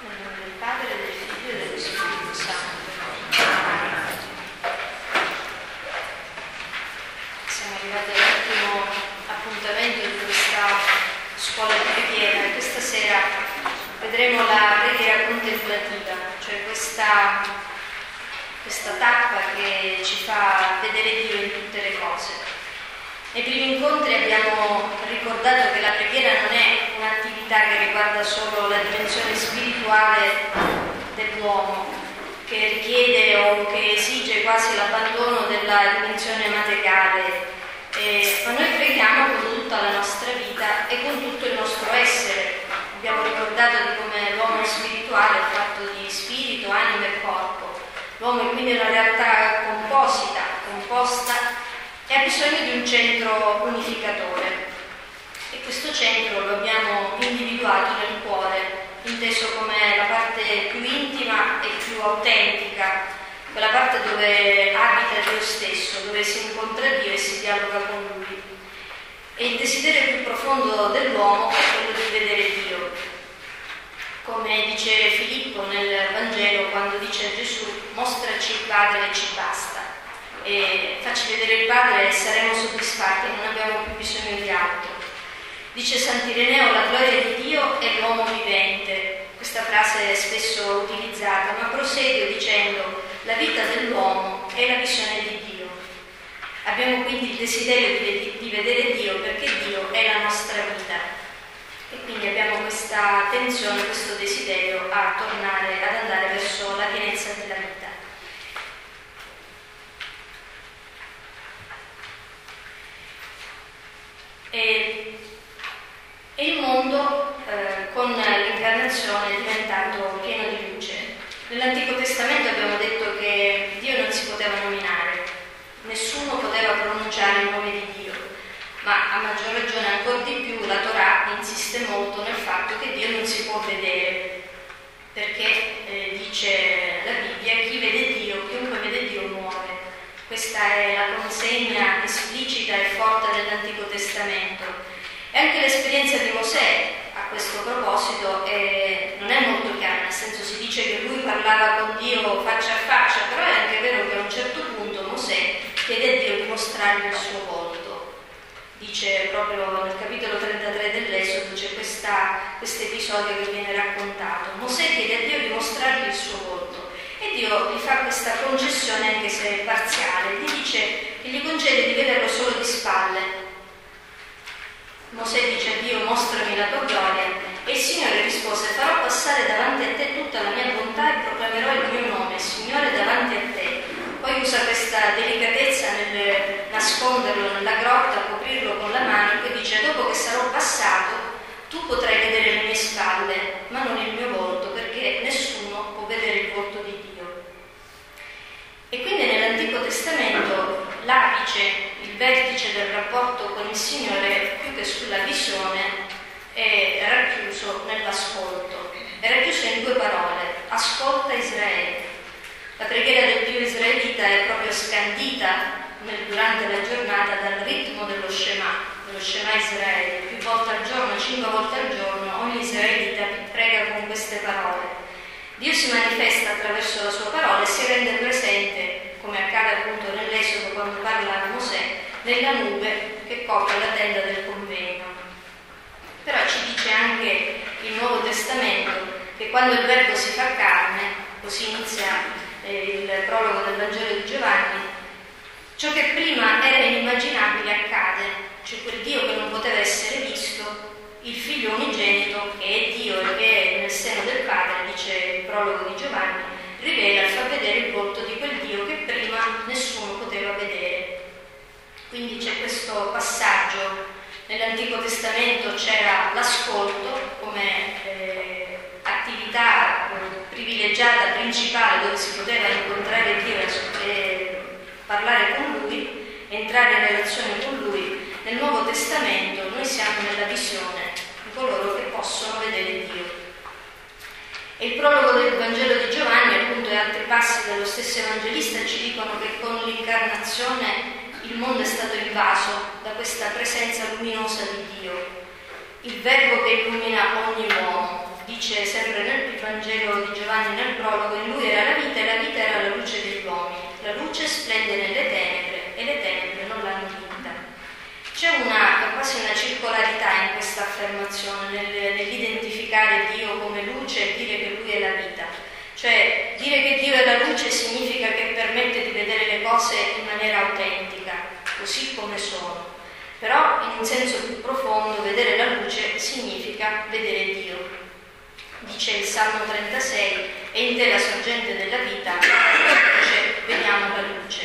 Nel nome del Padre, del Figlio e dello Spirito Santo. Siamo arrivati all'ultimo appuntamento di questa scuola di preghiera e questa sera vedremo la preghiera contemplativa, cioè questa tappa che ci fa vedere Dio in tutte le cose. Nei primi incontri abbiamo ricordato che la preghiera non è un'attività che riguarda solo la dimensione spirituale dell'uomo, che richiede o che esige quasi l'abbandono della dimensione materiale, ma noi preghiamo con tutta la nostra vita e con tutto il nostro essere. Abbiamo ricordato di come l'uomo spirituale è fatto di spirito, anima e corpo. L'uomo è quindi una realtà composta, e ha bisogno di un centro unificatore. E questo centro lo abbiamo individuato nel cuore, inteso come la parte più intima e più autentica, quella parte dove abita Dio stesso, dove si incontra Dio e si dialoga con Lui. E il desiderio più profondo dell'uomo è quello di vedere Dio. Come dice Filippo nel Vangelo, quando dice a Gesù: mostraci il Padre e ci basta. E facci vedere il Padre e saremo soddisfatti, non abbiamo più bisogno di altro. Dice Sant'Ireneo: la gloria di Dio è l'uomo vivente. Questa frase è spesso utilizzata, ma prosegue dicendo: la vita dell'uomo è la visione di Dio. Abbiamo quindi il desiderio di vedere Dio perché Dio è la nostra vita e quindi abbiamo questa tensione, questo desiderio ad andare verso la pienezza della vita. E il mondo con l'incarnazione è diventato pieno di luce. Nell'Antico Testamento abbiamo detto che Dio non si poteva nominare, nessuno poteva pronunciare il nome di Dio, ma a maggior ragione ancora di più la Torah insiste molto nel fatto che Dio non si può vedere, perché dice la Bibbia: chi vede Dio, chiunque vede Dio muore. Questa è la consegna esplicita e forte dell'Antico Testamento. E anche l'esperienza di Mosè a questo proposito non è molto chiara, nel senso si dice che lui parlava con Dio faccia a faccia, però è anche vero che a un certo punto Mosè chiede a Dio di mostrargli il suo volto. Dice proprio nel capitolo 33 dell'Esodo, c'è questo episodio che viene raccontato. Mosè chiede a Dio di mostrargli il suo volto. E Dio gli fa questa concessione, anche se parziale, gli dice che gli concede di vederlo solo di spalle. Mosè dice a Dio: mostrami la tua gloria, e il Signore rispose: farò passare davanti a te tutta la mia bontà e proclamerò il mio nome, Signore, davanti a te. Poi usa questa delicatezza nel nasconderlo nella grotta, coprirlo con la mano, e dice: dopo che sarò passato tu potrai vedere le mie spalle, ma non il mio volto, perché nessuno può vedere il volto di Dio. E quindi nell'Antico Testamento l'apice, il vertice del rapporto con il Signore, più che sulla visione, è racchiuso nell'ascolto. È racchiuso in due parole: ascolta Israele. La preghiera del Dio israelita è proprio scandita durante la giornata dal ritmo dello Shema Israele. Più volte al giorno, 5 volte al giorno, ogni israelita prega con queste parole. Dio si manifesta attraverso la sua parola e si rende presente, come accade appunto nell'Esodo quando parla a Mosè, nella nube che copre la tenda del convegno. Però ci dice anche il Nuovo Testamento che quando il Verbo si fa carne, così inizia il prologo del Vangelo di Giovanni, ciò che prima era inimmaginabile accade, cioè quel Dio che non poteva essere visto, il Figlio unigenito, che è Dio e che è nel seno del Padre, dice il prologo di Giovanni, rivela e fa vedere il volto di quel Dio che prima nessuno poteva vedere. Quindi c'è questo passaggio. Nell'Antico Testamento c'era l'ascolto come attività privilegiata, principale, dove si poteva incontrare Dio e parlare con Lui, entrare in relazione con Lui. Nel Nuovo Testamento noi siamo nella visione di coloro che possono vedere Dio. E il prologo del Vangelo di Giovanni, appunto, e altri passi dello stesso Evangelista ci dicono che con l'incarnazione il mondo è stato invaso da questa presenza luminosa di Dio, il Verbo che illumina ogni uomo. Dice sempre nel Vangelo di Giovanni nel prologo: in lui era la vita e la vita era la luce degli uomini. La luce splende nelle tenebre e le tenebre non l'hanno vinta. C'è quasi una circolarità in questa affermazione, nell'identificare Dio come luce e dire che lui è la vita. Cioè, dire che Dio è la luce significa che permette di vedere le cose in maniera autentica, così come sono. Però, in un senso più profondo, vedere la luce significa vedere Dio. Dice il Salmo 36: e in te la sorgente della vita, dice, vediamo la luce.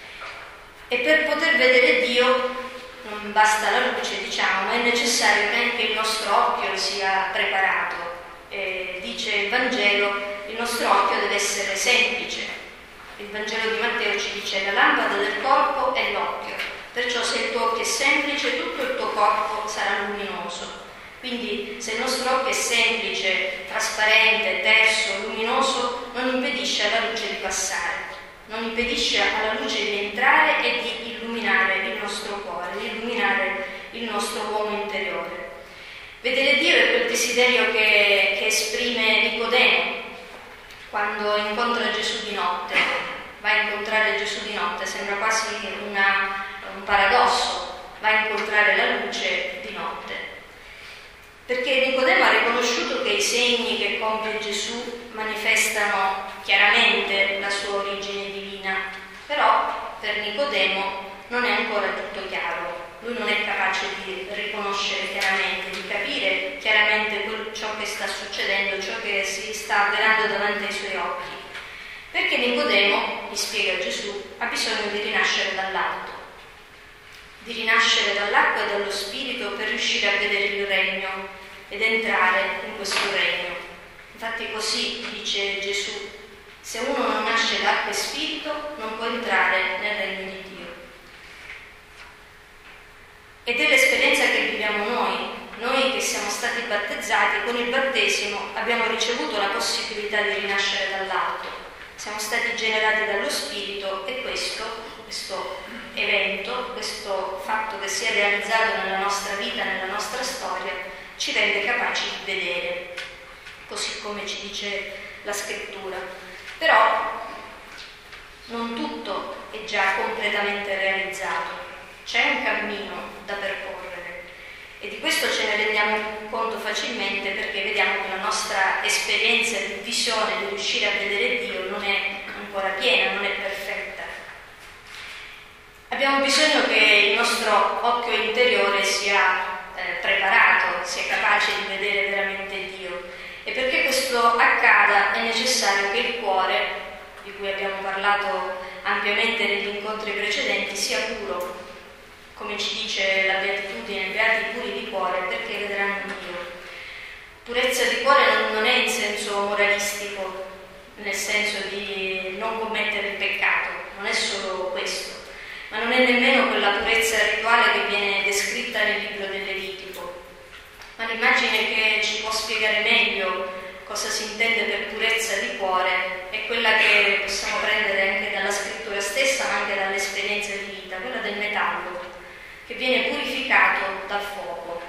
E per poter vedere Dio non basta la luce, diciamo, ma è necessario che anche il nostro occhio sia preparato. Dice il Vangelo: il nostro occhio deve essere semplice. Il Vangelo di Matteo ci dice: la lampada del corpo è l'occhio, perciò se il tuo occhio è semplice tutto il tuo corpo sarà luminoso. Quindi se il nostro occhio è semplice, trasparente, terso, luminoso, non impedisce alla luce di passare, non impedisce alla luce di entrare e di illuminare il nostro cuore, di illuminare il nostro uomo interiore. Vedere Dio è quel desiderio che esprime Nicodemo quando incontra Gesù di notte. Va a incontrare Gesù di notte, sembra quasi un paradosso, va a incontrare la luce di notte. Perché Nicodemo ha riconosciuto che i segni che compie Gesù manifestano chiaramente la sua origine divina, però per Nicodemo non è ancora tutto chiaro. Lui non è capace di riconoscere chiaramente, di capire chiaramente ciò che sta succedendo, ciò che si sta avverando davanti ai suoi occhi. Perché Nicodemo, gli spiega Gesù, ha bisogno di rinascere dall'alto, di rinascere dall'acqua e dallo spirito per riuscire a vedere il regno ed entrare in questo regno. Infatti così dice Gesù: se uno non nasce da acqua e spirito non può entrare nel regno di Dio. Ed è l'esperienza che viviamo noi che siamo stati battezzati. Con il battesimo abbiamo ricevuto la possibilità di rinascere dall'alto, siamo stati generati dallo Spirito e questo evento, questo fatto che si è realizzato nella nostra vita, nella nostra storia, ci rende capaci di vedere, così come ci dice la Scrittura. Però non tutto è già completamente realizzato. C'è un cammino da percorrere e di questo ce ne rendiamo conto facilmente perché vediamo che la nostra esperienza di visione, di riuscire a vedere Dio, non è ancora piena, non è perfetta. Abbiamo bisogno che il nostro occhio interiore sia preparato, sia capace di vedere veramente Dio, e perché questo accada è necessario che il cuore, di cui abbiamo parlato ampiamente negli incontri precedenti, sia puro. Come ci dice la Beatitudine, beati puri di cuore perché vedranno Dio. Purezza di cuore non è in senso moralistico, nel senso di non commettere il peccato, non è solo questo, ma non è nemmeno quella purezza rituale che viene descritta nel libro del Levitico. Ma l'immagine che ci può spiegare meglio cosa si intende per purezza di cuore è quella che possiamo prendere anche dalla Scrittura stessa, ma anche dall'esperienza di vita, quella del metallo, che viene purificato dal fuoco.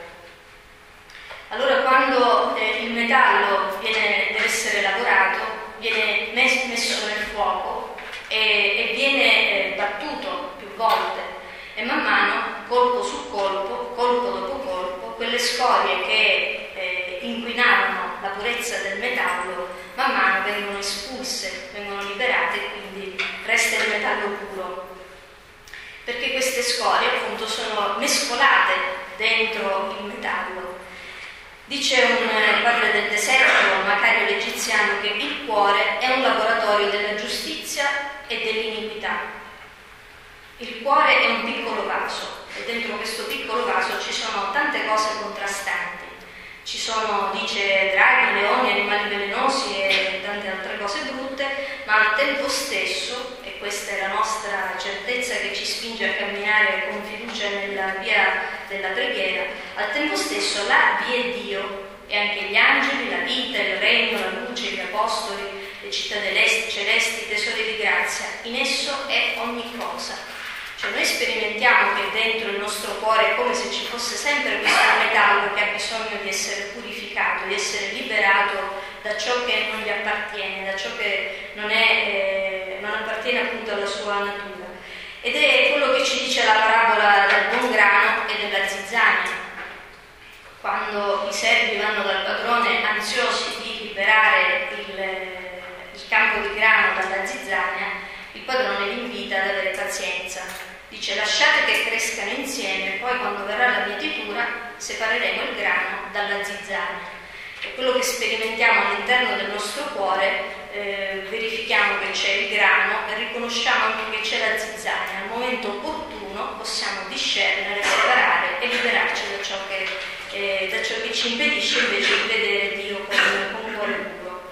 Allora quando il metallo deve essere lavorato, viene messo nel fuoco e viene battuto più volte, e man mano, colpo su colpo, colpo dopo colpo, quelle scorie che inquinavano la purezza del metallo man mano vengono espulse, vengono liberate e quindi resta il metallo puro. Perché queste scorie appunto sono mescolate dentro il metallo. Dice un padre del deserto, Macario l'Egiziano, che il cuore è un laboratorio della giustizia e dell'iniquità. Il cuore è un piccolo vaso e dentro questo piccolo vaso ci sono tante cose contrastanti. Ci sono, dice, draghi, leoni, animali velenosi e tante altre cose brutte, ma al tempo stesso, e questa è la nostra certezza che ci spinge a camminare con fiducia nella via della preghiera, al tempo stesso là vi è Dio e anche gli angeli, la vita, il regno, la luce, gli apostoli, le città celesti, i tesori di grazia. In esso è ogni cosa. Cioè noi sperimentiamo che dentro il nostro cuore è come se ci fosse sempre questo metallo che ha bisogno di essere purificato, di essere liberato da ciò che non gli appartiene, da ciò che non appartiene appunto alla sua natura. Ed è quello che ci dice la parabola del buon grano e della zizzania. Quando i servi vanno dal padrone ansiosi di liberare il campo di grano dalla zizzania, il padrone li invita ad avere pazienza. Dice: lasciate che crescano insieme, poi quando verrà la mietitura separeremo il grano dalla zizzania. E quello che sperimentiamo all'interno del nostro cuore, verifichiamo che c'è il grano e riconosciamo anche che c'è la zizzania. Al momento opportuno possiamo discernere, separare e liberarci da ciò che ci impedisce invece di vedere Dio con cuore puro.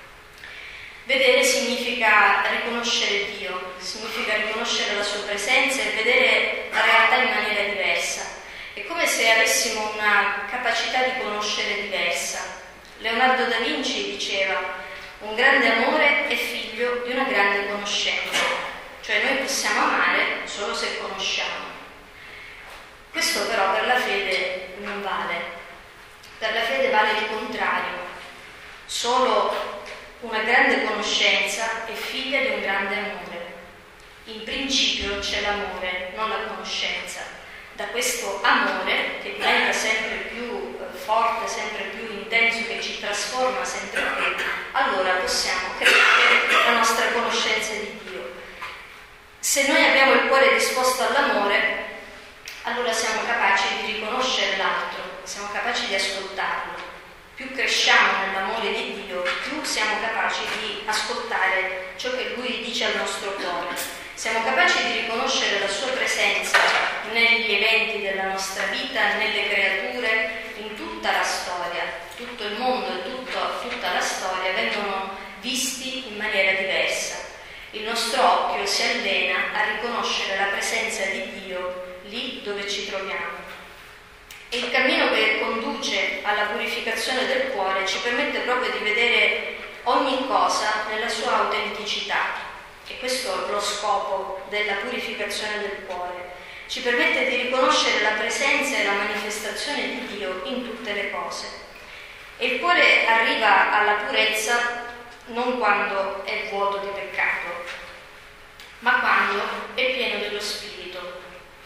Vedere significa riconoscere Dio, significa riconoscere la sua presenza e vedere la realtà in maniera diversa. È come se avessimo una capacità di conoscere diversa. Leonardo da Vinci diceva: un grande amore è figlio di una grande conoscenza, cioè noi possiamo amare solo se conosciamo. Questo però per la fede non vale. Per la fede vale il contrario. Solo una grande conoscenza è figlia di un grande amore. In principio c'è l'amore, non la conoscenza. Da questo amore, che diventa sempre più forte, sempre più intenso, che ci trasforma sempre più, allora possiamo crescere la nostra conoscenza di Dio. Se noi abbiamo il cuore disposto all'amore, allora siamo capaci di riconoscere l'altro, siamo capaci di ascoltarlo. Più cresciamo nell'amore di Dio, più siamo capaci di ascoltare ciò che Lui dice al nostro cuore. Siamo capaci di riconoscere la sua presenza negli eventi della nostra vita, nelle creature, in tutta la storia. Tutto il mondo e tutta la storia vengono visti in maniera diversa. Il nostro occhio si allena a riconoscere la presenza di Dio lì dove ci troviamo. E il cammino che conduce alla purificazione del cuore ci permette proprio di vedere ogni cosa nella sua autenticità. E questo è lo scopo della purificazione del cuore. Ci permette di riconoscere la presenza e la manifestazione di Dio in tutte le cose. E il cuore arriva alla purezza non quando è vuoto di peccato, ma quando è pieno dello Spirito.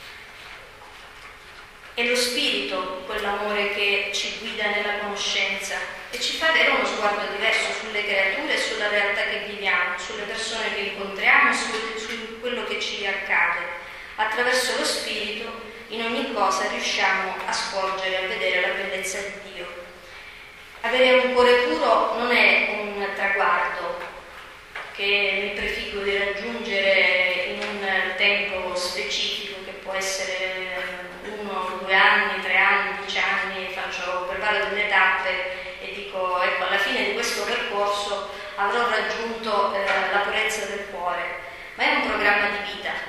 È lo Spirito quell'amore che ci guida nella conoscenza e ci fa avere uno sguardo diverso sulle creature, sulla realtà che viviamo, sulle persone che incontriamo, su quello che ci accade. Attraverso lo Spirito in ogni cosa riusciamo a scorgere, a vedere la bellezza di Dio. Avere un cuore puro non è un traguardo che mi prefiggo di raggiungere in un tempo specifico, che può essere 1, 2 anni, 3 anni, 10 anni, preparo delle tappe e dico: ecco, alla fine di questo percorso avrò raggiunto la purezza del cuore. Ma è un programma di vita.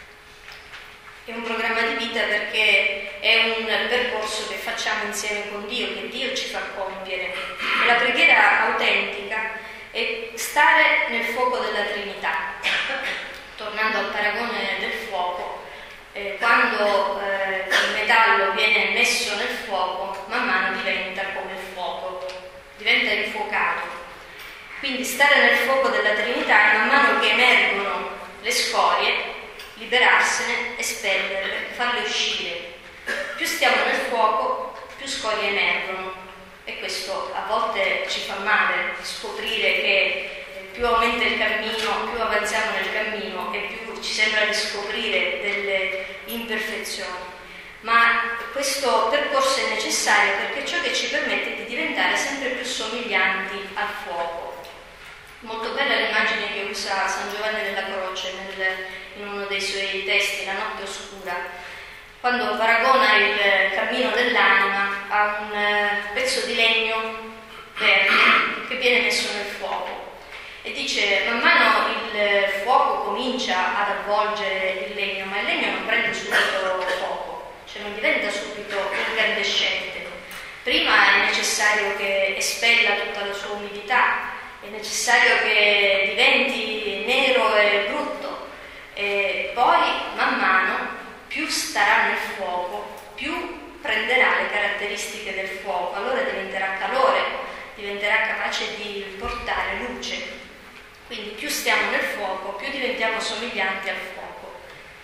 È un programma di vita perché è un percorso che facciamo insieme con Dio, che Dio ci fa compiere. E la preghiera autentica è stare nel fuoco della Trinità. Tornando al paragone del fuoco, quando il metallo viene messo nel fuoco, man mano diventa come il fuoco, diventa infuocato. Quindi stare nel fuoco della Trinità e man mano che emergono le scorie, liberarsene, espellerle, farle uscire. Più stiamo nel fuoco, più scorie emergono, e questo a volte ci fa male, scoprire che più aumenta il cammino, più avanziamo nel cammino e più ci sembra di scoprire delle imperfezioni. Ma questo percorso è necessario perché è ciò che ci permette di diventare sempre più somiglianti al fuoco. Molto bella l'immagine che usa San Giovanni della Croce in uno dei suoi testi, La notte oscura, quando paragona il cammino dell'anima a un pezzo di legno verde che viene messo nel fuoco. E dice: man mano il fuoco comincia ad avvolgere il legno, ma il legno non prende subito fuoco, cioè non diventa subito incandescente. Prima è necessario che espella tutta la sua umidità, è necessario che diventi nero e brutto, e poi man mano più starà nel fuoco, più prenderà le caratteristiche del fuoco, allora diventerà calore, diventerà capace di portare luce. Quindi più stiamo nel fuoco, più diventiamo somiglianti al fuoco.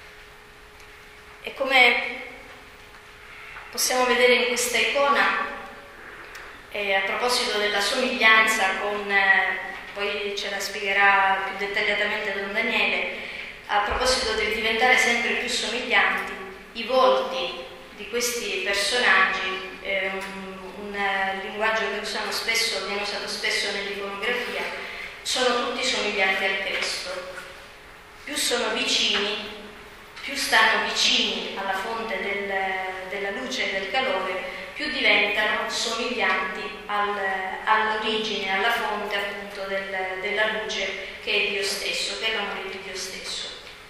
E come possiamo vedere in questa icona, a proposito della somiglianza poi ce la spiegherà più dettagliatamente Don Daniele, a proposito del diventare sempre più somiglianti, i volti di questi personaggi, un linguaggio che viene usato spesso nell'iconografia, sono tutti somiglianti al Cristo. Più sono vicini, più stanno vicini alla fonte della luce e del calore, più diventano somiglianti all'origine, alla fonte appunto della luce, che è Dio stesso, che è l'amore di Dio stesso.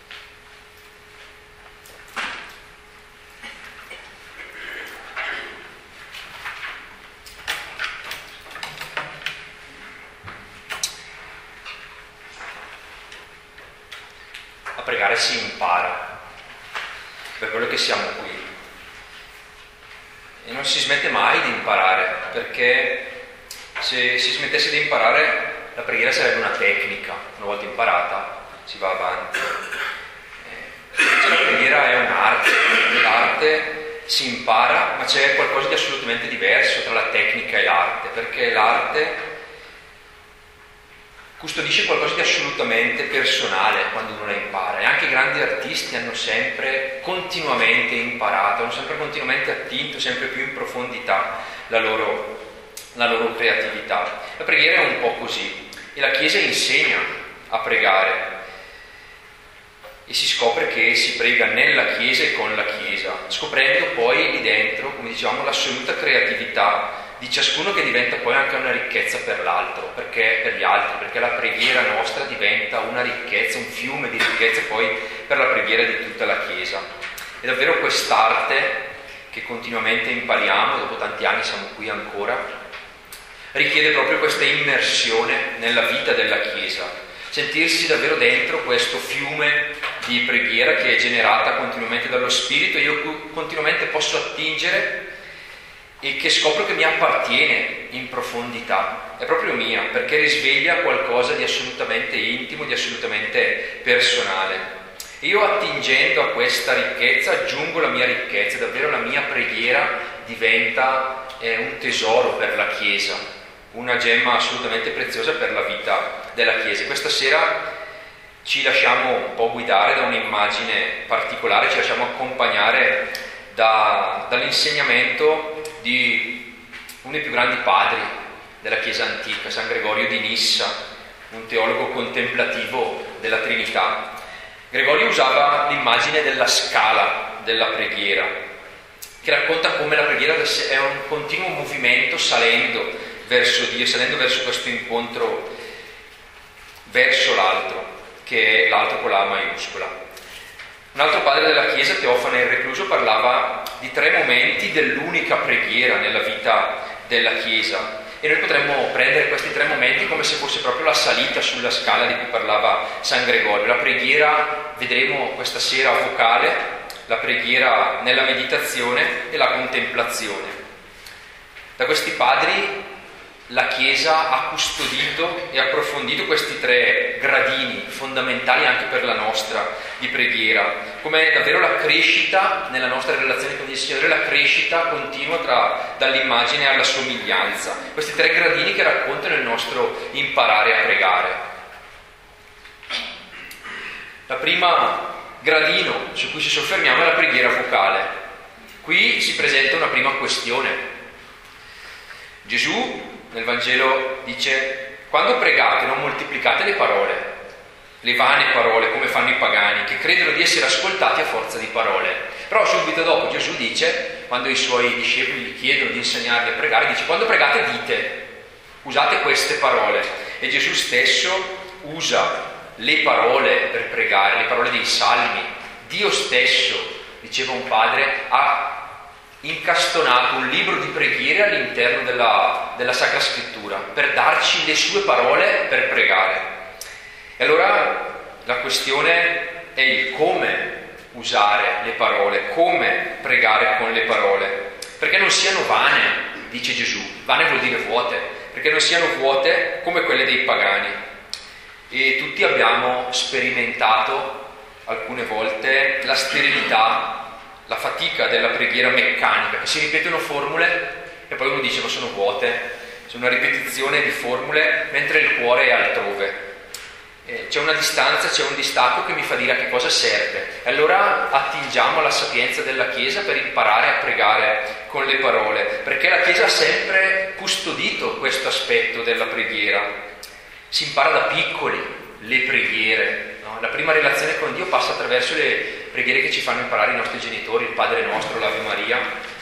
A pregare si impara, per quello che siamo qui. E non si smette mai di imparare, perché se si smettesse di imparare la preghiera sarebbe una tecnica, una volta imparata si va avanti. La preghiera è un'arte, l'arte si impara, ma c'è qualcosa di assolutamente diverso tra la tecnica e l'arte, perché l'arte custodisce qualcosa di assolutamente personale quando uno la impara, e anche i grandi artisti hanno sempre continuamente imparato, hanno sempre continuamente attinto sempre più in profondità la loro creatività. La preghiera è un po' così, e la Chiesa insegna a pregare, e si scopre che si prega nella Chiesa e con la Chiesa, scoprendo poi lì dentro, come dicevamo, l'assoluta creatività di ciascuno, che diventa poi anche una ricchezza per l'altro, per gli altri, perché la preghiera nostra diventa una ricchezza, un fiume di ricchezze poi per la preghiera di tutta la Chiesa. E davvero quest'arte che continuamente impariamo, dopo tanti anni siamo qui ancora, richiede proprio questa immersione nella vita della Chiesa, sentirsi davvero dentro questo fiume di preghiera che è generata continuamente dallo Spirito, e io continuamente posso attingere, e che scopro che mi appartiene in profondità, è proprio mia, perché risveglia qualcosa di assolutamente intimo, di assolutamente personale. E io, attingendo a questa ricchezza, aggiungo la mia ricchezza, davvero la mia preghiera diventa un tesoro per la Chiesa, una gemma assolutamente preziosa per la vita della Chiesa. Questa sera ci lasciamo un po' guidare da un'immagine particolare, ci lasciamo accompagnare dall'insegnamento di uno dei più grandi padri della Chiesa antica, San Gregorio di Nissa, un teologo contemplativo della Trinità. Gregorio usava l'immagine della scala della preghiera, che racconta come la preghiera è un continuo movimento salendo verso Dio, salendo verso questo incontro verso l'altro, che è l'altro con la maiuscola. Un altro padre della Chiesa, Teofane il Recluso, parlava di 3 momenti dell'unica preghiera nella vita della Chiesa, e noi potremmo prendere questi 3 momenti come se fosse proprio la salita sulla scala di cui parlava San Gregorio. La preghiera, vedremo questa sera, vocale, la preghiera nella meditazione e la contemplazione. Da questi padri la Chiesa ha custodito e approfondito questi 3 gradini fondamentali anche per la nostra di preghiera, come davvero la crescita nella nostra relazione con il Signore, la crescita continua dall'immagine alla somiglianza. Questi 3 gradini che raccontano il nostro imparare a pregare. La prima gradino su cui ci soffermiamo è la preghiera vocale. Qui si presenta una prima questione. Gesù nel Vangelo dice: quando pregate non moltiplicate le parole, le vane parole come fanno i pagani, che credono di essere ascoltati a forza di parole. Però subito dopo Gesù dice, quando i suoi discepoli gli chiedono di insegnarli a pregare, dice: quando pregate dite, usate queste parole. E Gesù stesso usa le parole per pregare, le parole dei salmi. Dio stesso, diceva un padre, ha incastonato un libro di preghiere all'interno della Sacra Scrittura per darci le sue parole per pregare. E allora la questione è il come usare le parole, come pregare con le parole, perché non siano vane, dice Gesù. Vane vuol dire vuote, perché non siano vuote come quelle dei pagani. E tutti abbiamo sperimentato alcune volte la sterilità, la fatica della preghiera meccanica, che si ripetono formule e poi uno dice ma sono vuote, sono una ripetizione di formule mentre il cuore è altrove. C'è una distanza, c'è un distacco che mi fa dire a che cosa serve. E allora attingiamo alla sapienza della Chiesa per imparare a pregare con le parole, perché la Chiesa ha sempre custodito questo aspetto della preghiera. Si impara da piccoli le preghiere, no? La prima relazione con Dio passa attraverso le preghiere che ci fanno imparare i nostri genitori, il Padre Nostro, l'Ave Maria.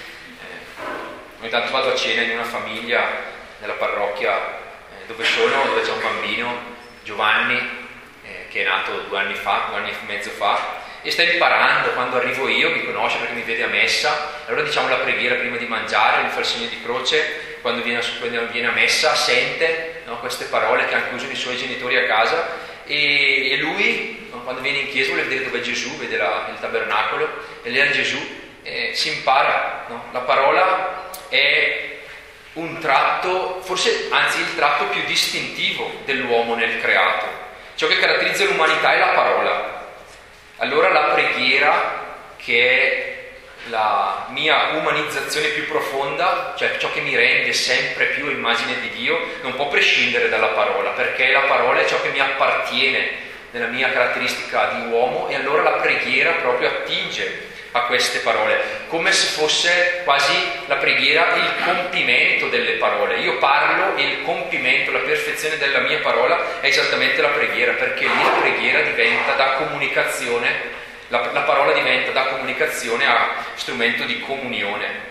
Ogni tanto vado a cena in una famiglia nella parrocchia dove c'è un bambino, Giovanni, che è nato 2 anni e mezzo fa, e sta imparando. Quando arrivo io mi conosce perché mi vede a messa, allora diciamo la preghiera prima di mangiare, mi fa il segno di croce. Quando viene a messa sente, no, queste parole che anche usano i suoi genitori a casa, e lui, no, quando viene in chiesa vuole vedere dove è Gesù, vede il tabernacolo e lì è Gesù, si impara, no? La parola è un tratto, forse anzi il tratto più distintivo dell'uomo nel creato. Ciò che caratterizza l'umanità è la parola. Allora la preghiera, che è la mia umanizzazione più profonda, cioè ciò che mi rende sempre più immagine di Dio, non può prescindere dalla parola, perché la parola è ciò che mi appartiene nella mia caratteristica di uomo, e allora la preghiera proprio attinge a queste parole, come se fosse quasi la preghiera il compimento delle parole. Io parlo e il compimento, la perfezione della mia parola è esattamente la preghiera, perché lì la preghiera diventa da comunicazione, la parola diventa da comunicazione a strumento di comunione.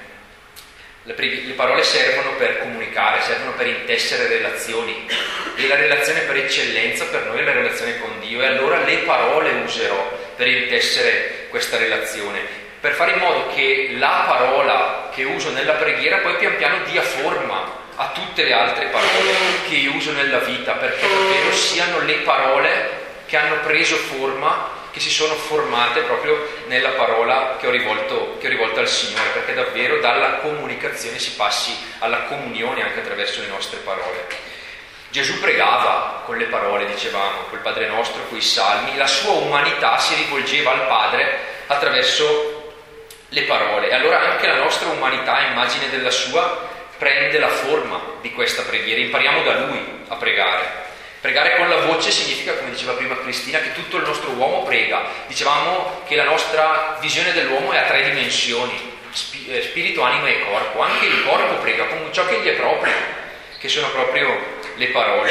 Le parole servono per comunicare, servono per intessere relazioni, e la relazione per eccellenza per noi è la relazione con Dio, e allora le parole userò per intessere questa relazione, per fare in modo che la parola che uso nella preghiera poi pian piano dia forma a tutte le altre parole che io uso nella vita, perché davvero siano le parole che hanno preso forma, che si sono formate proprio nella parola che ho rivolto al Signore, perché davvero dalla comunicazione si passi alla comunione anche attraverso le nostre parole. Gesù pregava con le parole, dicevamo, col Padre Nostro, coi salmi. La sua umanità si rivolgeva al Padre attraverso le parole, e allora anche la nostra umanità, immagine della sua, prende la forma di questa preghiera. Impariamo da Lui a pregare. Pregare con la voce significa, come diceva prima Cristina, che tutto il nostro uomo prega. Dicevamo che la nostra visione dell'uomo è a 3 dimensioni, spirito, anima e corpo. Anche il corpo prega con ciò che gli è proprio, che sono proprio le parole.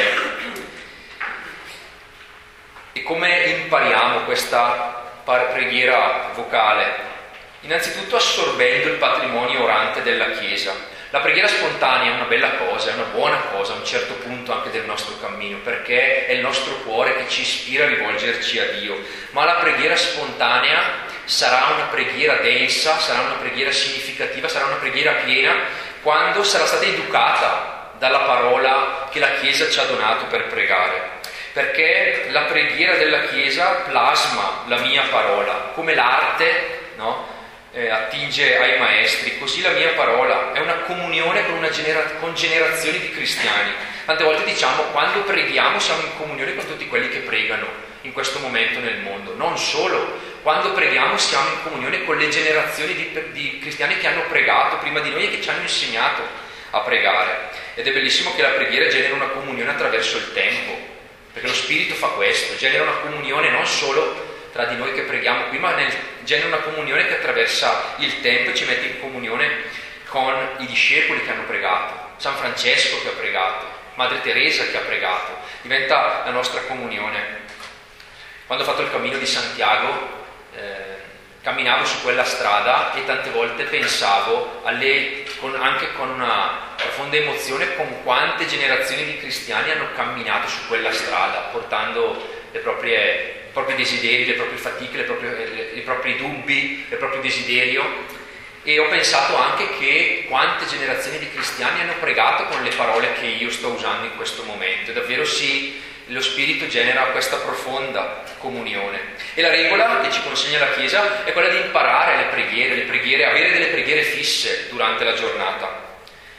E come impariamo questa preghiera vocale? Innanzitutto assorbendo il patrimonio orante della Chiesa. La preghiera spontanea è una bella cosa, è una buona cosa a un certo punto anche del nostro cammino, perché è il nostro cuore che ci ispira a rivolgerci a Dio, ma la preghiera spontanea sarà una preghiera densa, sarà una preghiera significativa, sarà una preghiera piena quando sarà stata educata dalla parola che la Chiesa ci ha donato per pregare, perché la preghiera della Chiesa plasma la mia parola, come l'arte, no? Attinge ai maestri, così la mia parola è una comunione con generazioni di cristiani. Tante volte diciamo, quando preghiamo siamo in comunione con tutti quelli che pregano in questo momento nel mondo. Non solo, quando preghiamo siamo in comunione con le generazioni di cristiani che hanno pregato prima di noi e che ci hanno insegnato a pregare. Ed è bellissimo che la preghiera genera una comunione attraverso il tempo, perché lo Spirito fa questo, genera una comunione non solo tra di noi che preghiamo qui, ma genera una comunione che attraversa il tempo e ci mette in comunione con i discepoli che hanno pregato, San Francesco che ha pregato, Madre Teresa che ha pregato, diventa la nostra comunione. Quando ho fatto il cammino di Santiago, camminavo su quella strada e tante volte pensavo anche con una profonda emozione con quante generazioni di cristiani hanno camminato su quella strada, portando i propri desideri, le proprie fatiche, i propri dubbi, il proprio desiderio, e ho pensato anche che quante generazioni di cristiani hanno pregato con le parole che io sto usando in questo momento. E davvero sì, lo Spirito genera questa profonda comunione. E la regola che ci consegna la Chiesa è quella di imparare le preghiere, avere delle preghiere fisse durante la giornata.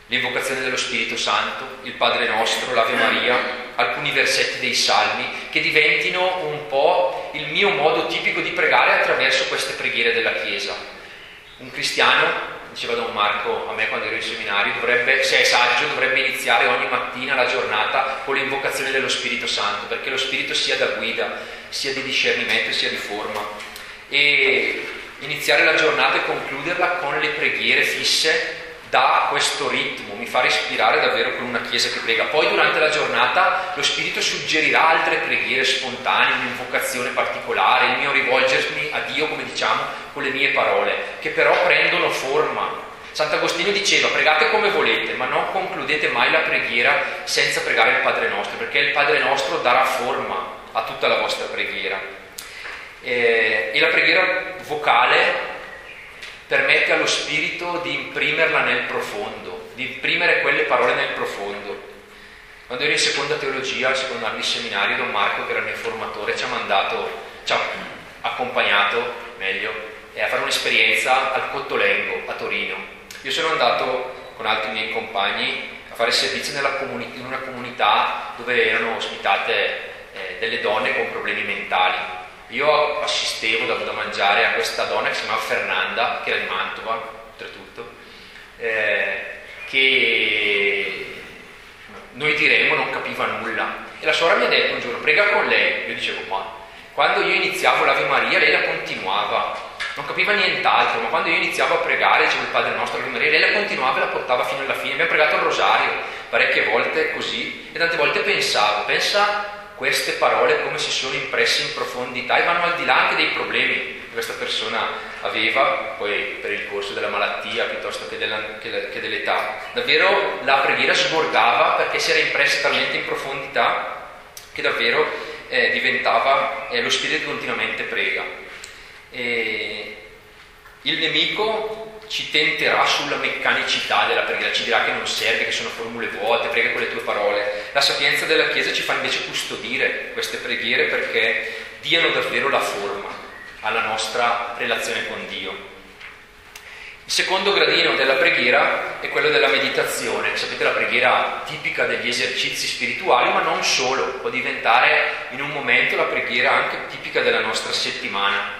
l'invocazione dello Spirito Santo, il Padre Nostro, l'Ave Maria, alcuni versetti dei Salmi, che diventino un po' il mio modo tipico di pregare attraverso queste preghiere della Chiesa. Un cristiano, diceva Don Marco a me quando ero in seminario, se è saggio, dovrebbe iniziare ogni mattina la giornata con l'invocazione dello Spirito Santo, perché lo Spirito sia da guida, sia di discernimento, sia di forma. E iniziare la giornata e concluderla con le preghiere fisse dà questo ritmo, mi fa respirare davvero con una Chiesa che prega. Poi durante la giornata lo Spirito suggerirà altre preghiere spontanee, un'invocazione particolare, il mio rivolgermi a Dio, come diciamo, con le mie parole, che però prendono forma. Sant'Agostino diceva: pregate come volete, ma non concludete mai la preghiera senza pregare il Padre Nostro, perché il Padre Nostro darà forma a tutta la vostra preghiera. E la preghiera vocale permette allo Spirito di imprimerla nel profondo, di imprimere quelle parole nel profondo. Quando ero in seconda teologia, al secondo anno di seminario, Don Marco, che era il mio formatore, ci ha accompagnato a fare un'esperienza al Cottolengo a Torino. Io sono andato con altri miei compagni a fare servizio in una comunità dove erano ospitate delle donne con problemi mentali. Io assistevo, davo da mangiare a questa donna che si chiamava Fernanda, che era di Mantova, oltretutto, che noi diremmo non capiva nulla. E la suora mi ha detto un giorno: prega con lei. Io dicevo: ma quando io iniziavo l'Ave Maria lei la continuava, non capiva nient'altro, ma quando io iniziavo a pregare, dicevo il Padre Nostro, l'Ave Maria, lei la continuava e la portava fino alla fine. Abbiamo pregato il rosario parecchie volte così, e tante volte pensa queste parole come si sono impresse in profondità e vanno al di là anche dei problemi che questa persona aveva, poi per il corso della malattia piuttosto che dell'età. Davvero la preghiera sbordava perché si era impressa talmente in profondità che davvero diventava lo Spirito continuamente prega. Il nemico ci tenterà sulla meccanicità della preghiera, ci dirà che non serve, che sono formule vuote, prega con le tue parole. La sapienza della Chiesa ci fa invece custodire queste preghiere perché diano davvero la forma alla nostra relazione con Dio. Il secondo gradino della preghiera è quello della meditazione. Sapete, la preghiera tipica degli esercizi spirituali, ma non solo, può diventare in un momento la preghiera anche tipica della nostra settimana.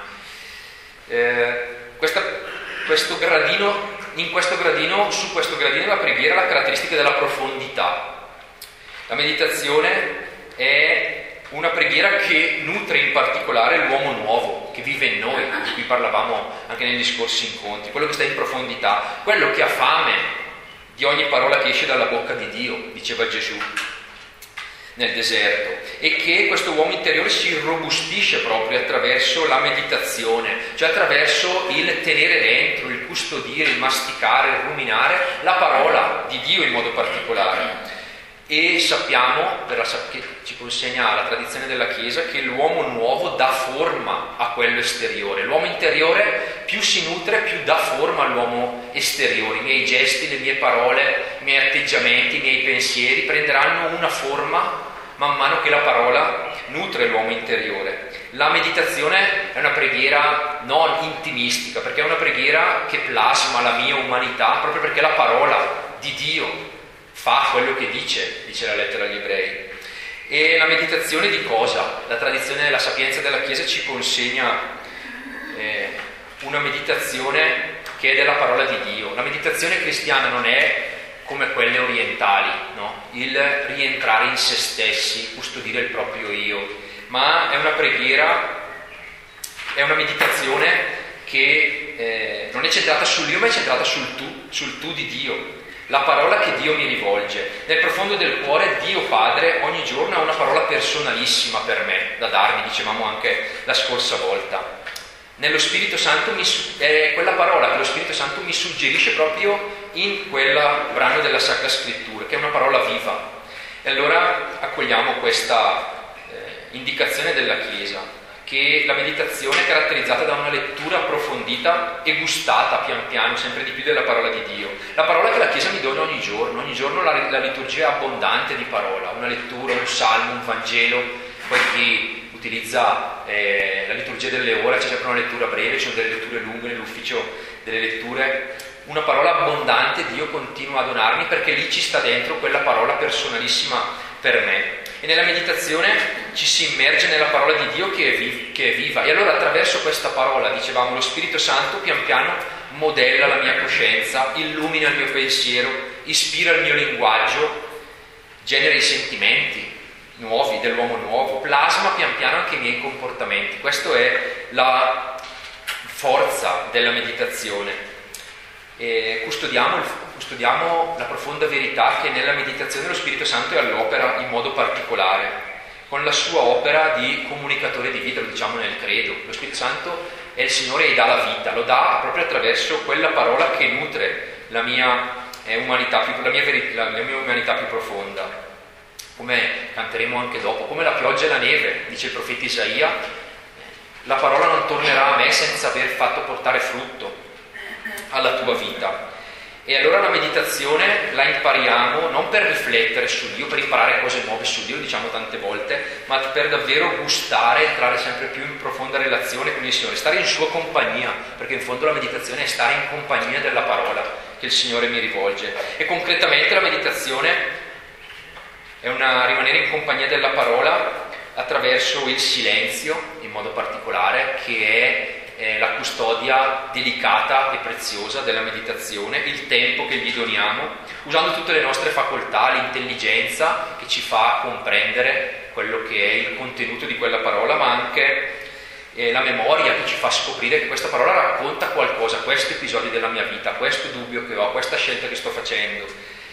Su questo gradino della preghiera la caratteristica della profondità. La meditazione è una preghiera che nutre in particolare l'uomo nuovo che vive in noi, di cui parlavamo anche negli scorsi incontri, quello che sta in profondità, quello che ha fame di ogni parola che esce dalla bocca di Dio, diceva Gesù nel deserto, e che questo uomo interiore si irrobustisce proprio attraverso la meditazione, cioè attraverso il tenere dentro, il custodire, il masticare, il ruminare la parola di Dio in modo particolare. E sappiamo, che ci consegna la tradizione della Chiesa, che l'uomo nuovo dà forma a quello esteriore. L'uomo interiore più si nutre, più dà forma all'uomo esteriore. I miei gesti, le mie parole, i miei atteggiamenti, i miei pensieri prenderanno una forma man mano che la parola nutre l'uomo interiore. La meditazione è una preghiera non intimistica, perché è una preghiera che plasma la mia umanità, proprio perché la parola di Dio fa quello che dice la lettera agli Ebrei. E la meditazione di cosa? La tradizione della sapienza della Chiesa ci consegna una meditazione che è della parola di Dio. La meditazione cristiana non è come quelle orientali, no? Il rientrare in se stessi, custodire il proprio io, ma è una preghiera, è una meditazione che non è centrata sull'io, ma è centrata sul tu di Dio. La parola che Dio mi rivolge. Nel profondo del cuore Dio Padre ogni giorno ha una parola personalissima per me da darmi, dicevamo anche la scorsa volta. Nello Spirito Santo è quella parola che lo Spirito Santo mi suggerisce proprio in quel brano della Sacra Scrittura, che è una parola viva. E allora accogliamo questa indicazione della Chiesa, che la meditazione è caratterizzata da una lettura approfondita e gustata pian piano sempre di più della parola di Dio. La parola che la Chiesa mi dona ogni giorno la liturgia è abbondante di parola, una lettura, un salmo, un Vangelo. Poi chi utilizza la liturgia delle ore c'è sempre una lettura breve, ci sono delle letture lunghe nell'ufficio delle letture, una parola abbondante Dio continua a donarmi, perché lì ci sta dentro quella parola personalissima per me. E nella meditazione ci si immerge nella parola di Dio che è viva. E allora attraverso questa parola, dicevamo, lo Spirito Santo pian piano modella la mia coscienza, illumina il mio pensiero, ispira il mio linguaggio, genera i sentimenti nuovi dell'uomo nuovo, plasma pian piano anche i miei comportamenti. Questa è la forza della meditazione. E custodiamo la profonda verità che nella meditazione lo Spirito Santo è all'opera in modo particolare, con la sua opera di comunicatore di vita, lo diciamo nel credo. Lo Spirito Santo è il Signore e dà la vita, lo dà proprio attraverso quella parola che nutre la mia umanità più profonda. Come canteremo anche dopo, come la pioggia e la neve, dice il profeta Isaia, la parola non tornerà a me senza aver fatto portare frutto alla tua vita. E allora la meditazione la impariamo non per riflettere su Dio, per imparare cose nuove su Dio, diciamo tante volte, ma per davvero gustare, entrare sempre più in profonda relazione con il Signore, stare in sua compagnia, perché in fondo la meditazione è stare in compagnia della parola che il Signore mi rivolge. E concretamente la meditazione è rimanere in compagnia della parola attraverso il silenzio, in modo particolare, che è la custodia delicata e preziosa della meditazione, il tempo che gli doniamo, usando tutte le nostre facoltà, l'intelligenza che ci fa comprendere quello che è il contenuto di quella parola, ma anche la memoria che ci fa scoprire che questa parola racconta qualcosa, questo episodio della mia vita, questo dubbio che ho, questa scelta che sto facendo.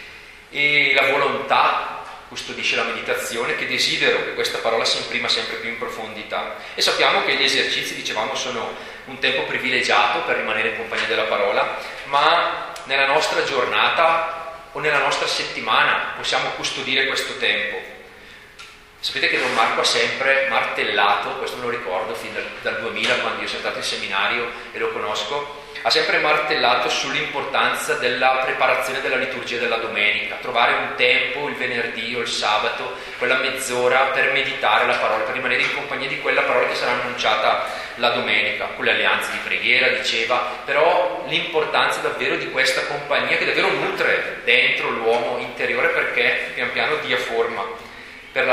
E la volontà custodisce la meditazione, che desidero che questa parola si imprima sempre più in profondità. E sappiamo che gli esercizi, dicevamo, sono un tempo privilegiato per rimanere in compagnia della parola, ma nella nostra giornata o nella nostra settimana possiamo custodire questo tempo. Sapete che Don Marco ha sempre martellato, questo me lo ricordo fin dal 2000, quando io sono stato in seminario e lo conosco, ha sempre martellato sull'importanza della preparazione della liturgia della domenica, trovare un tempo, il venerdì o il sabato, quella mezz'ora per meditare la parola, per rimanere in compagnia di quella parola che sarà annunciata la domenica, con le alleanze di preghiera, diceva, però l'importanza davvero di questa compagnia che davvero nutre dentro l'uomo interiore, perché pian piano dia forma, per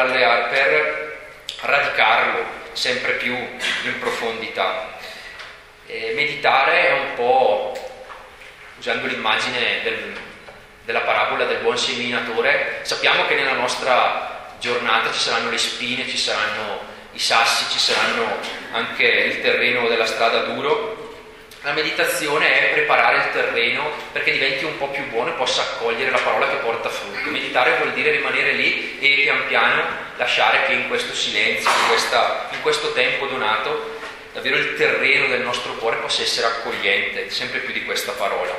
radicarlo sempre più in profondità. Meditare è un po', usando l'immagine della parabola del buon seminatore, sappiamo che nella nostra giornata ci saranno le spine, ci saranno i sassi, ci saranno anche il terreno della strada duro. La meditazione è preparare il terreno perché diventi un po' più buono e possa accogliere la parola che porta frutto. Meditare vuol dire rimanere lì e pian piano lasciare che in questo silenzio, in questo tempo donato, davvero il terreno del nostro cuore possa essere accogliente sempre più di questa parola.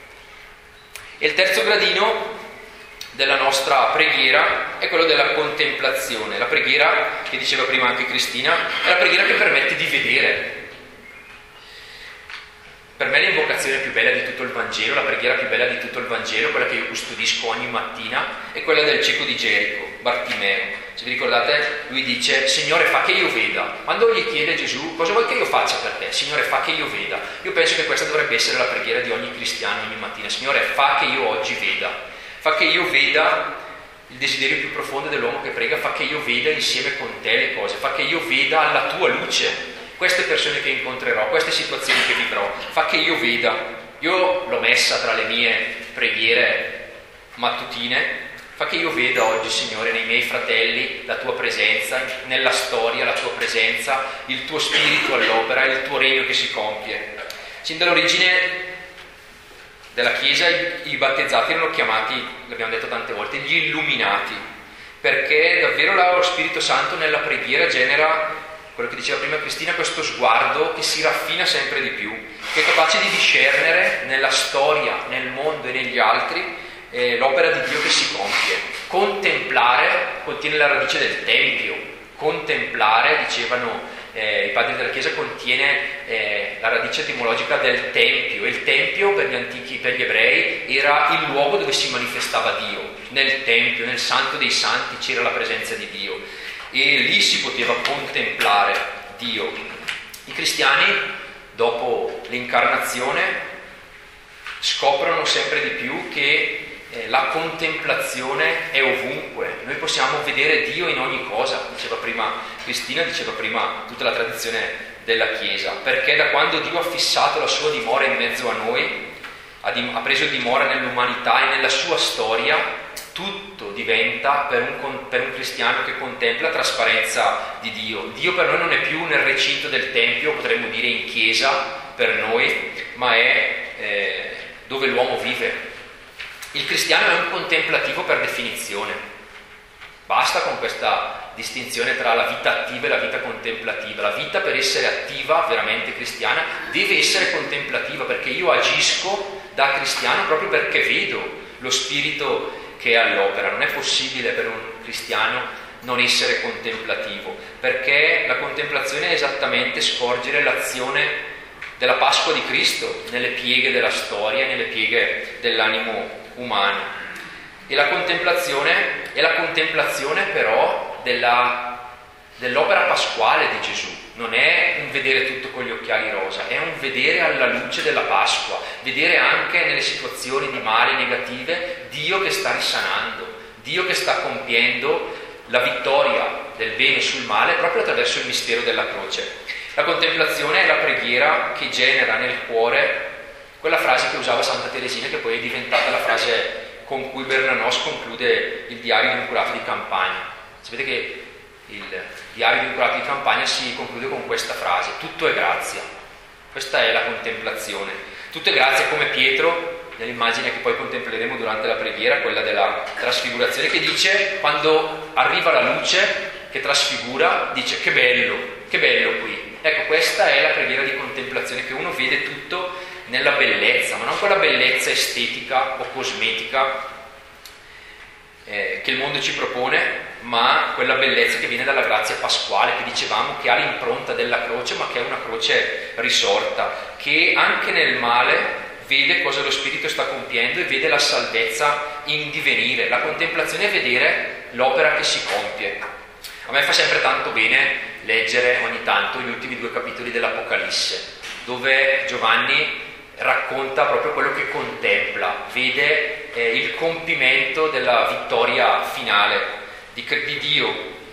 E il terzo gradino della nostra preghiera è quello della contemplazione. La preghiera, che diceva prima anche Cristina, è la preghiera che permette di vedere. Per me l'invocazione più bella di tutto il Vangelo, la preghiera più bella di tutto il Vangelo, quella che io custodisco ogni mattina, è quella del cieco di Gerico, Bartimeo. Se vi ricordate, lui dice: Signore, fa che io veda. Quando gli chiede Gesù: cosa vuoi che io faccia per te? Signore, fa che io veda. Io penso che questa dovrebbe essere la preghiera di ogni cristiano ogni mattina. Signore, fa che io oggi veda. Fa che io veda il desiderio più profondo dell'uomo che prega, fa che io veda insieme con te le cose, fa che io veda alla tua luce queste persone che incontrerò, queste situazioni che vivrò, fa che io veda. Io l'ho messa tra le mie preghiere mattutine. Fa che io veda oggi, Signore, nei miei fratelli la tua presenza, nella storia la tua presenza, il tuo spirito all'opera, il tuo regno che si compie. Sin dall'origine della Chiesa i battezzati erano chiamati, l'abbiamo detto tante volte, gli illuminati, perché davvero lo Spirito Santo nella preghiera genera quello che diceva prima Cristina, questo sguardo che si raffina sempre di più, che è capace di discernere nella storia, nel mondo e negli altri l'opera di Dio che si compie. Contemplare contiene la radice del tempio. Contemplare, dicevano i padri della Chiesa, contiene la radice etimologica del tempio. E il tempio per gli ebrei era il luogo dove si manifestava Dio. Nel tempio, nel santo dei santi c'era la presenza di Dio e lì si poteva contemplare Dio. I cristiani, dopo l'incarnazione, scoprono sempre di più che la contemplazione è ovunque. Noi possiamo vedere Dio in ogni cosa, diceva prima Cristina, diceva prima tutta la tradizione della Chiesa, perché da quando Dio ha fissato la sua dimora in mezzo a noi, ha preso dimora nell'umanità e nella sua storia, tutto diventa per un cristiano che contempla trasparenza di Dio. Dio per noi non è più nel recinto del Tempio, potremmo dire in chiesa per noi, ma è dove l'uomo vive. Il cristiano è un contemplativo per definizione. Basta con questa distinzione tra la vita attiva e la vita contemplativa. La vita, per essere attiva, veramente cristiana, deve essere contemplativa, perché io agisco da cristiano proprio perché vedo lo Spirito che è all'opera. Non è possibile per un cristiano non essere contemplativo, perché la contemplazione è esattamente scorgere l'azione della Pasqua di Cristo nelle pieghe della storia, nelle pieghe dell'animo umano. E la contemplazione è la contemplazione però dell'opera pasquale di Gesù. Non è un vedere tutto con gli occhiali rosa, è un vedere alla luce della Pasqua, vedere anche nelle situazioni di male negative Dio che sta risanando, Dio che sta compiendo la vittoria del bene sul male proprio attraverso il mistero della croce. La contemplazione è la preghiera che genera nel cuore quella frase che usava Santa Teresina, che poi è diventata la frase con cui Bernanos conclude il Diario di un curato di Campania. Sapete che il Diario di un curato di Campania si conclude con questa frase: tutto è grazia. Questa è la contemplazione. Tutto è grazia, come Pietro, nell'immagine che poi contempleremo durante la preghiera, quella della trasfigurazione, che dice, quando arriva la luce che trasfigura, dice: che bello qui. Ecco, questa è la preghiera di contemplazione, che uno vede tutto nella bellezza, ma non quella bellezza estetica o cosmetica che il mondo ci propone, ma quella bellezza che viene dalla grazia pasquale, che dicevamo che ha l'impronta della croce, ma che è una croce risorta, che anche nel male vede cosa lo Spirito sta compiendo e vede la salvezza in divenire. La contemplazione è vedere l'opera che si compie. A me fa sempre tanto bene leggere ogni tanto gli ultimi 2 capitoli dell'Apocalisse, dove Giovanni racconta proprio quello che contempla, vede il compimento della vittoria finale di Dio,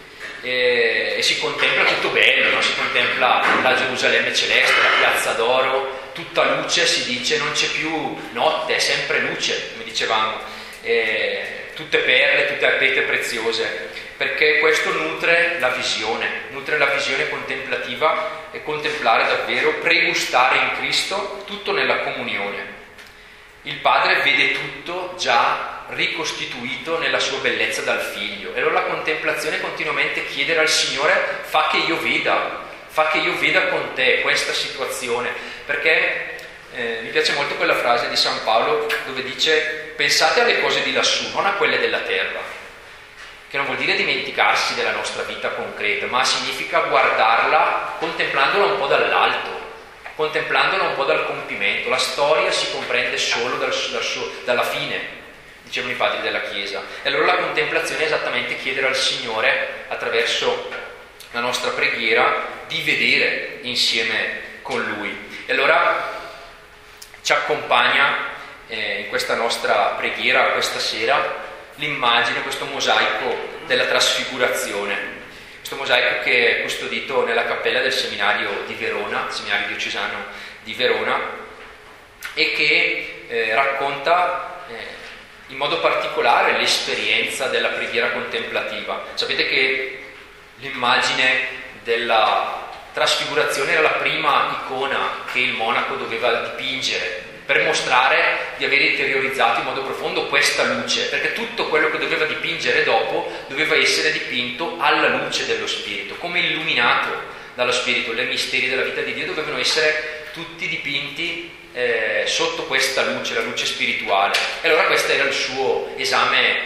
e si contempla tutto bello, no? Si contempla la Gerusalemme celeste, la piazza d'oro, tutta luce, si dice, non c'è più notte, è sempre luce, come dicevamo, tutte perle, tutte pietre preziose, perché questo nutre la visione contemplativa, e contemplare davvero, pregustare in Cristo, tutto nella comunione. Il Padre vede tutto già ricostituito nella sua bellezza dal Figlio, e allora la contemplazione è continuamente chiedere al Signore: fa che io veda con te questa situazione, perché mi piace molto quella frase di San Paolo dove dice: pensate alle cose di lassù, non a quelle della terra, che non vuol dire dimenticarsi della nostra vita concreta, ma significa guardarla contemplandola un po' dall'alto, contemplandola un po' dal compimento. La storia si comprende solo dalla fine, dicevano i padri della Chiesa. E allora la contemplazione è esattamente chiedere al Signore, attraverso la nostra preghiera, di vedere insieme con Lui. E allora ci accompagna in questa nostra preghiera questa sera l'immagine, questo mosaico della trasfigurazione, questo mosaico che è custodito nella cappella del seminario di Verona, il seminario diocesano di Verona, e che racconta in modo particolare l'esperienza della preghiera contemplativa. Sapete che l'immagine della trasfigurazione era la prima icona che il monaco doveva dipingere per mostrare di aver interiorizzato in modo profondo questa luce, perché tutto quello che doveva dipingere dopo doveva essere dipinto alla luce dello Spirito, come illuminato dallo Spirito. I misteri della vita di Dio dovevano essere tutti dipinti sotto questa luce, la luce spirituale. E allora questo era il suo esame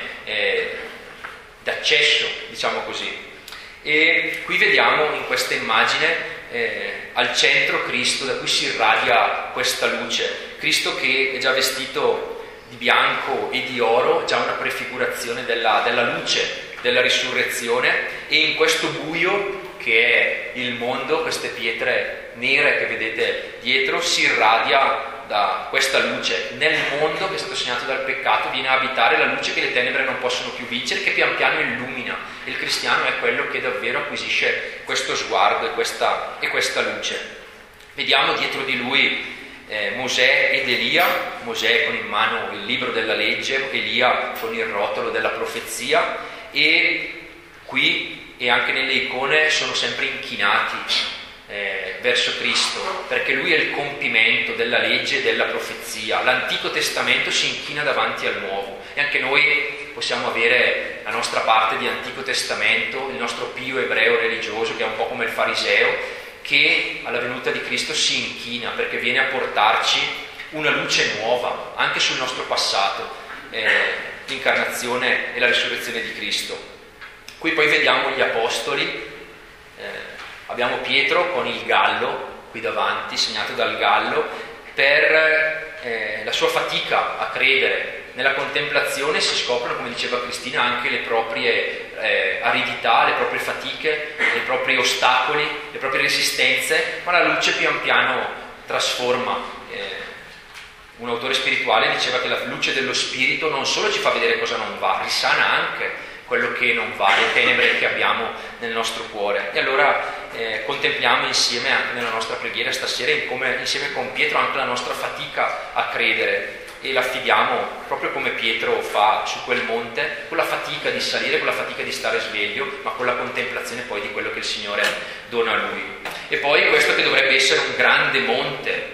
d'accesso, diciamo così. E qui vediamo in questa immagine al centro Cristo, da cui si irradia questa luce. Cristo che è già vestito di bianco e di oro, già una prefigurazione della luce della risurrezione, e in questo buio che è il mondo, queste pietre nere che vedete dietro, si irradia da questa luce nel mondo che è stato segnato dal peccato, viene a abitare la luce che le tenebre non possono più vincere, che pian piano illumina. Il cristiano è quello che davvero acquisisce questo sguardo e questa luce. Vediamo dietro di lui Mosè ed Elia, Mosè con in mano il libro della legge, Elia con il rotolo della profezia, e qui e anche nelle icone sono sempre inchinati verso Cristo, perché lui è il compimento della legge e della profezia. L'Antico Testamento si inchina davanti al Nuovo, e anche noi possiamo avere la nostra parte di Antico Testamento, il nostro pio ebreo religioso, che è un po' come il fariseo, che alla venuta di Cristo si inchina perché viene a portarci una luce nuova anche sul nostro passato, l'incarnazione e la risurrezione di Cristo. Qui poi vediamo gli apostoli. Abbiamo Pietro con il gallo qui davanti, segnato dal gallo, per la sua fatica a credere. Nella contemplazione si scoprono, come diceva Cristina, anche le proprie aridità, le proprie fatiche, i propri ostacoli, le proprie resistenze, ma la luce pian piano trasforma. Un autore spirituale diceva che la luce dello spirito non solo ci fa vedere cosa non va, risana anche quello che non va, le tenebre che abbiamo nel nostro cuore. E allora contempliamo insieme anche nella nostra preghiera stasera, insieme con Pietro, anche la nostra fatica a credere, e la affidiamo proprio come Pietro fa su quel monte, con la fatica di salire, con la fatica di stare sveglio, ma con la contemplazione poi di quello che il Signore dona a lui. E poi questo che dovrebbe essere un grande monte,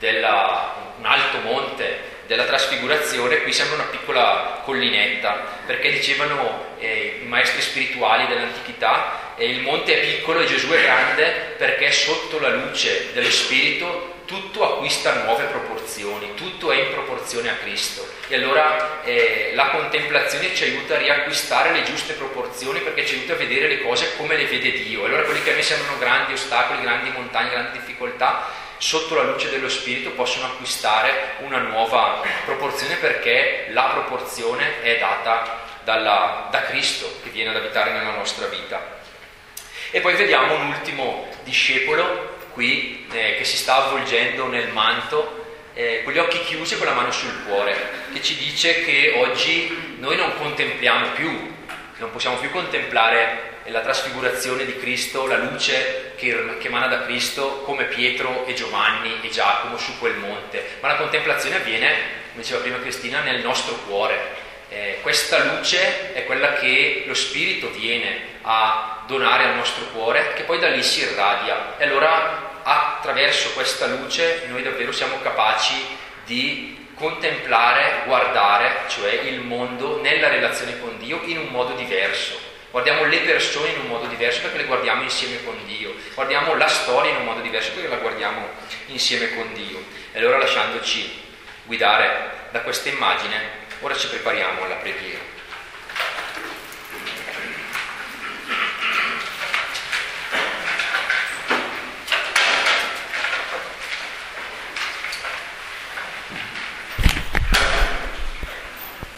un alto monte della trasfigurazione, qui sembra una piccola collinetta, perché dicevano i maestri spirituali dell'antichità, il monte è piccolo e Gesù è grande perché sotto la luce dello Spirito tutto acquista nuove proporzioni, tutto è in proporzione a Cristo. E allora la contemplazione ci aiuta a riacquistare le giuste proporzioni, perché ci aiuta a vedere le cose come le vede Dio. E allora quelli che a me sembrano grandi ostacoli, grandi montagne, grandi difficoltà, sotto la luce dello Spirito possono acquistare una nuova proporzione, perché la proporzione è data da Cristo, che viene ad abitare nella nostra vita. E poi vediamo un ultimo discepolo qui che si sta avvolgendo nel manto, con gli occhi chiusi e con la mano sul cuore, che ci dice che oggi noi non contempliamo più, non possiamo più contemplare la trasfigurazione di Cristo, la luce che emana da Cristo, come Pietro e Giovanni e Giacomo su quel monte, ma la contemplazione avviene, come diceva prima Cristina, nel nostro cuore. Questa luce è quella che lo Spirito viene a donare al nostro cuore, che poi da lì si irradia, e allora attraverso questa luce noi davvero siamo capaci di contemplare, guardare, cioè il mondo nella relazione con Dio in un modo diverso. Guardiamo le persone in un modo diverso perché le guardiamo insieme con Dio, guardiamo la storia in un modo diverso perché la guardiamo insieme con Dio. E allora, lasciandoci guidare da questa immagine, ora ci prepariamo alla preghiera.